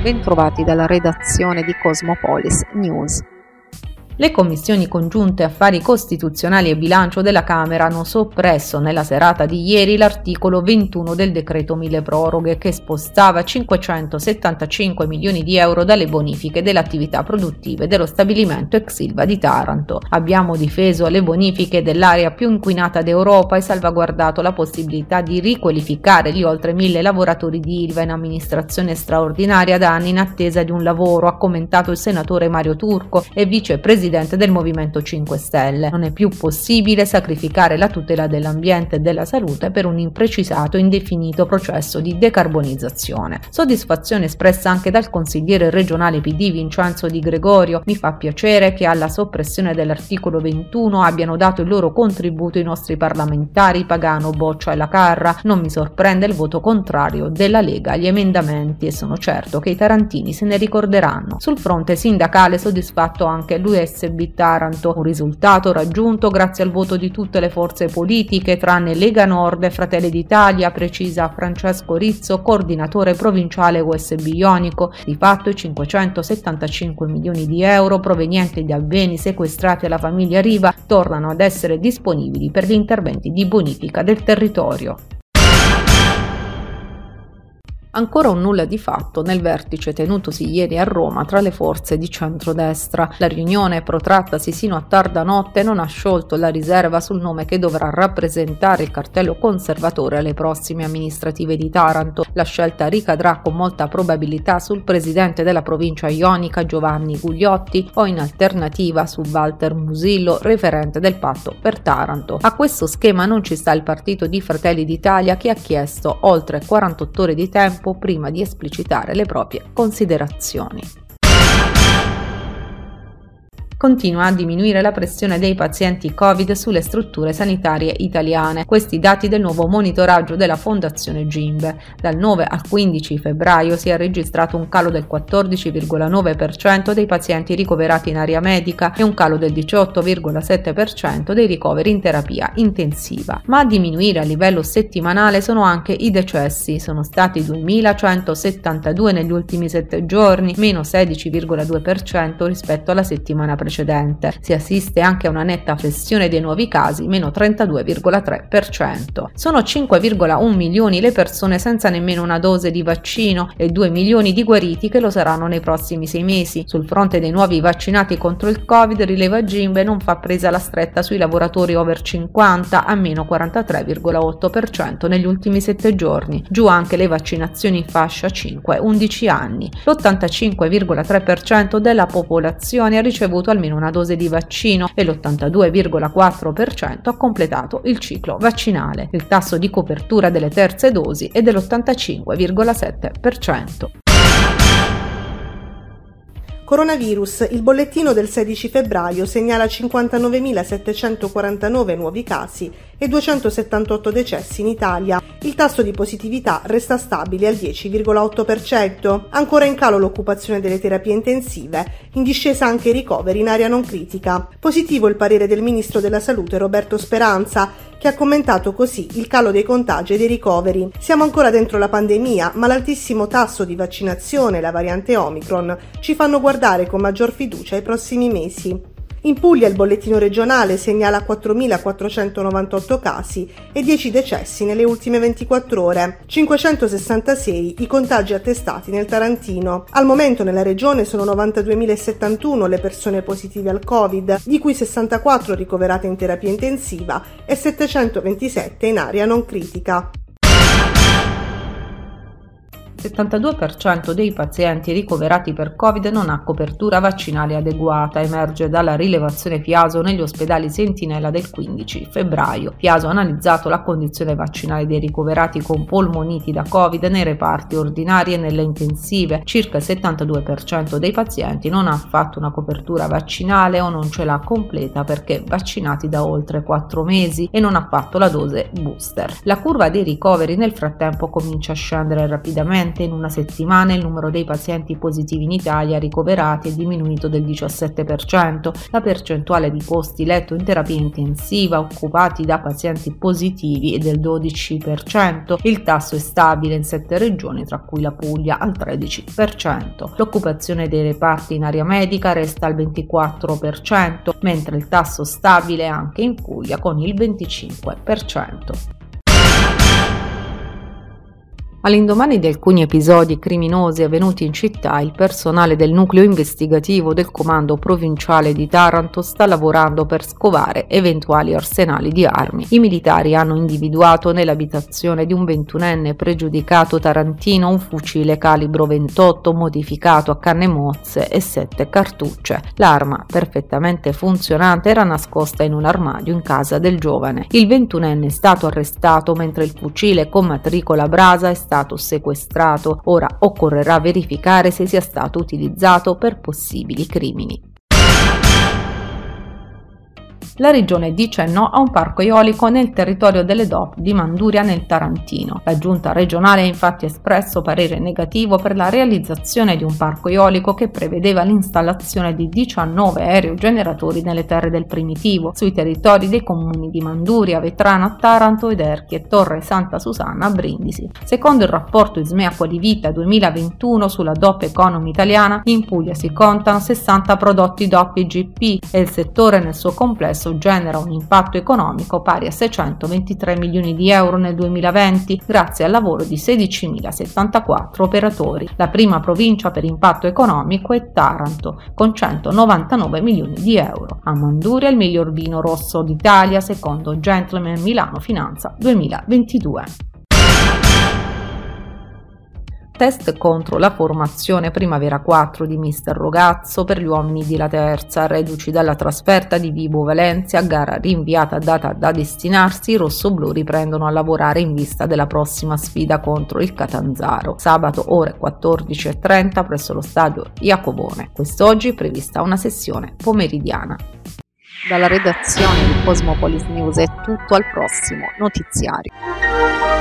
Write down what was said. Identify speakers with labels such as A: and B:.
A: Bentrovati dalla redazione di Cosmopolis News. Le commissioni congiunte affari costituzionali e bilancio della Camera hanno soppresso nella serata di ieri l'articolo 21 del decreto milleproroghe che spostava 575 milioni di euro dalle bonifiche delle attività produttive dello stabilimento ex Ilva di Taranto. Abbiamo difeso le bonifiche dell'area più inquinata d'Europa e salvaguardato la possibilità di riqualificare gli oltre 1000 lavoratori di Ilva in amministrazione straordinaria da anni in attesa di un lavoro, ha commentato il senatore Mario Turco e vicepresidente del Movimento 5 Stelle. Non è più possibile sacrificare la tutela dell'ambiente e della salute per un imprecisato e indefinito processo di decarbonizzazione. Soddisfazione espressa anche dal consigliere regionale PD Vincenzo Di Gregorio. Mi fa piacere che alla soppressione dell'articolo 21 abbiano dato il loro contributo i nostri parlamentari Pagano, Boccia e La Carra. Non mi sorprende il voto contrario della Lega agli emendamenti e sono certo che i tarantini se ne ricorderanno. Sul fronte sindacale soddisfatto anche l'USB Taranto, un risultato raggiunto grazie al voto di tutte le forze politiche tranne Lega Nord e Fratelli d'Italia, precisa Francesco Rizzo, coordinatore provinciale USB Ionico. Di fatto i 575 milioni di euro provenienti da beni sequestrati alla famiglia Riva tornano ad essere disponibili per gli interventi di bonifica del territorio. Ancora un nulla di fatto nel vertice tenutosi ieri a Roma tra le forze di centrodestra. La riunione, protrattasi sino a tarda notte, non ha sciolto la riserva sul nome che dovrà rappresentare il cartello conservatore alle prossime amministrative di Taranto. La scelta ricadrà con molta probabilità sul presidente della provincia ionica Giovanni Gugliotti o in alternativa su Walter Musillo, referente del Patto per Taranto. A questo schema non ci sta il partito di Fratelli d'Italia che ha chiesto oltre 48 ore di tempo prima di esplicitare le proprie considerazioni. Continua a diminuire la pressione dei pazienti Covid sulle strutture sanitarie italiane. Questi dati del nuovo monitoraggio della Fondazione Gimbe. Dal 9 al 15 febbraio si è registrato un calo del 14,9% dei pazienti ricoverati in area medica e un calo del 18,7% dei ricoveri in terapia intensiva. Ma a diminuire a livello settimanale sono anche i decessi. Sono stati 2.172 negli ultimi 7 giorni, meno 16,2% rispetto alla settimana precedente. Si assiste anche a una netta flessione dei nuovi casi, meno 32,3%. Sono 5,1 milioni le persone senza nemmeno una dose di vaccino e 2 milioni di guariti che lo saranno nei prossimi 6 mesi. Sul fronte dei nuovi vaccinati contro il Covid, rileva Gimbe, non fa presa la stretta sui lavoratori over 50, a meno 43,8% negli ultimi 7 giorni. Giù anche le vaccinazioni in fascia 5-11 anni. L'85,3% della popolazione ha ricevuto almeno una dose di vaccino e l'82,4% ha completato il ciclo vaccinale. Il tasso di copertura delle terze dosi è dell'85,7%.
B: Coronavirus, il bollettino del 16 febbraio segnala 59.749 nuovi casi e 278 decessi in Italia. Il tasso di positività resta stabile al 10,8%. Ancora in calo l'occupazione delle terapie intensive, in discesa anche i ricoveri in area non critica. Positivo il parere del ministro della Salute Roberto Speranza, che ha commentato così il calo dei contagi e dei ricoveri. Siamo ancora dentro la pandemia, ma l'altissimo tasso di vaccinazione e la variante Omicron ci fanno guardare con maggior fiducia ai prossimi mesi. In Puglia il bollettino regionale segnala 4.498 casi e 10 decessi nelle ultime 24 ore, 566 i contagi attestati nel Tarantino. Al momento nella regione sono 92.071 le persone positive al Covid, di cui 64 ricoverate in terapia intensiva e 727 in area non critica.
A: 72% dei pazienti ricoverati per Covid non ha copertura vaccinale adeguata, emerge dalla rilevazione Piaso negli ospedali Sentinella del 15 febbraio. Piaso ha analizzato la condizione vaccinale dei ricoverati con polmoniti da Covid nei reparti ordinari e nelle intensive. Circa il 72% dei pazienti non ha fatto una copertura vaccinale o non ce l'ha completa perché vaccinati da oltre 4 mesi e non ha fatto la dose booster. La curva dei ricoveri nel frattempo comincia a scendere rapidamente Attualmente in una settimana il numero dei pazienti positivi in Italia ricoverati è diminuito del 17%, la percentuale di posti letto in terapia intensiva occupati da pazienti positivi è del 12%, il tasso è stabile in 7 regioni tra cui la Puglia al 13%. L'occupazione dei reparti in area medica resta al 24%, mentre il tasso stabile è anche in Puglia con il 25%. All'indomani di alcuni episodi criminosi avvenuti in città, il personale del nucleo investigativo del comando provinciale di Taranto sta lavorando per scovare eventuali arsenali di armi. I militari hanno individuato nell'abitazione di un 21enne pregiudicato tarantino un fucile calibro 28 modificato a canne mozze e 7 cartucce. L'arma, perfettamente funzionante, era nascosta in un armadio in casa del giovane. Il 21enne è stato arrestato mentre il fucile con matricola Brasa è stato sequestrato. Ora occorrerà verificare se sia stato utilizzato per possibili crimini. La regione dice no a un parco eolico nel territorio delle DOP di Manduria nel Tarantino. La giunta regionale ha infatti espresso parere negativo per la realizzazione di un parco eolico che prevedeva l'installazione di 19 aerogeneratori nelle terre del Primitivo, sui territori dei comuni di Manduria, Vetrano a Taranto ed Erchi e Torre Santa Susanna a Brindisi. Secondo il rapporto Ismea Qualivita 2021 sulla DOP Economy italiana, in Puglia si contano 60 prodotti DOP IGP e il settore nel suo complesso genera un impatto economico pari a 623 milioni di euro nel 2020 grazie al lavoro di 16.074 operatori. La prima provincia per impatto economico è Taranto con 199 milioni di euro. A Manduria il miglior vino rosso d'Italia secondo Gentleman Milano Finanza 2022. Test contro la formazione Primavera 4 di Mister Rogazzo per gli uomini di La Terza, reduci dalla trasferta di Vibo Valencia, gara rinviata a data da destinarsi, i rossoblù riprendono a lavorare in vista della prossima sfida contro il Catanzaro, sabato ore 14:30 presso lo stadio Iacobone. Quest'oggi è prevista una sessione pomeridiana. Dalla redazione di Cosmopolis News è tutto, al prossimo notiziario.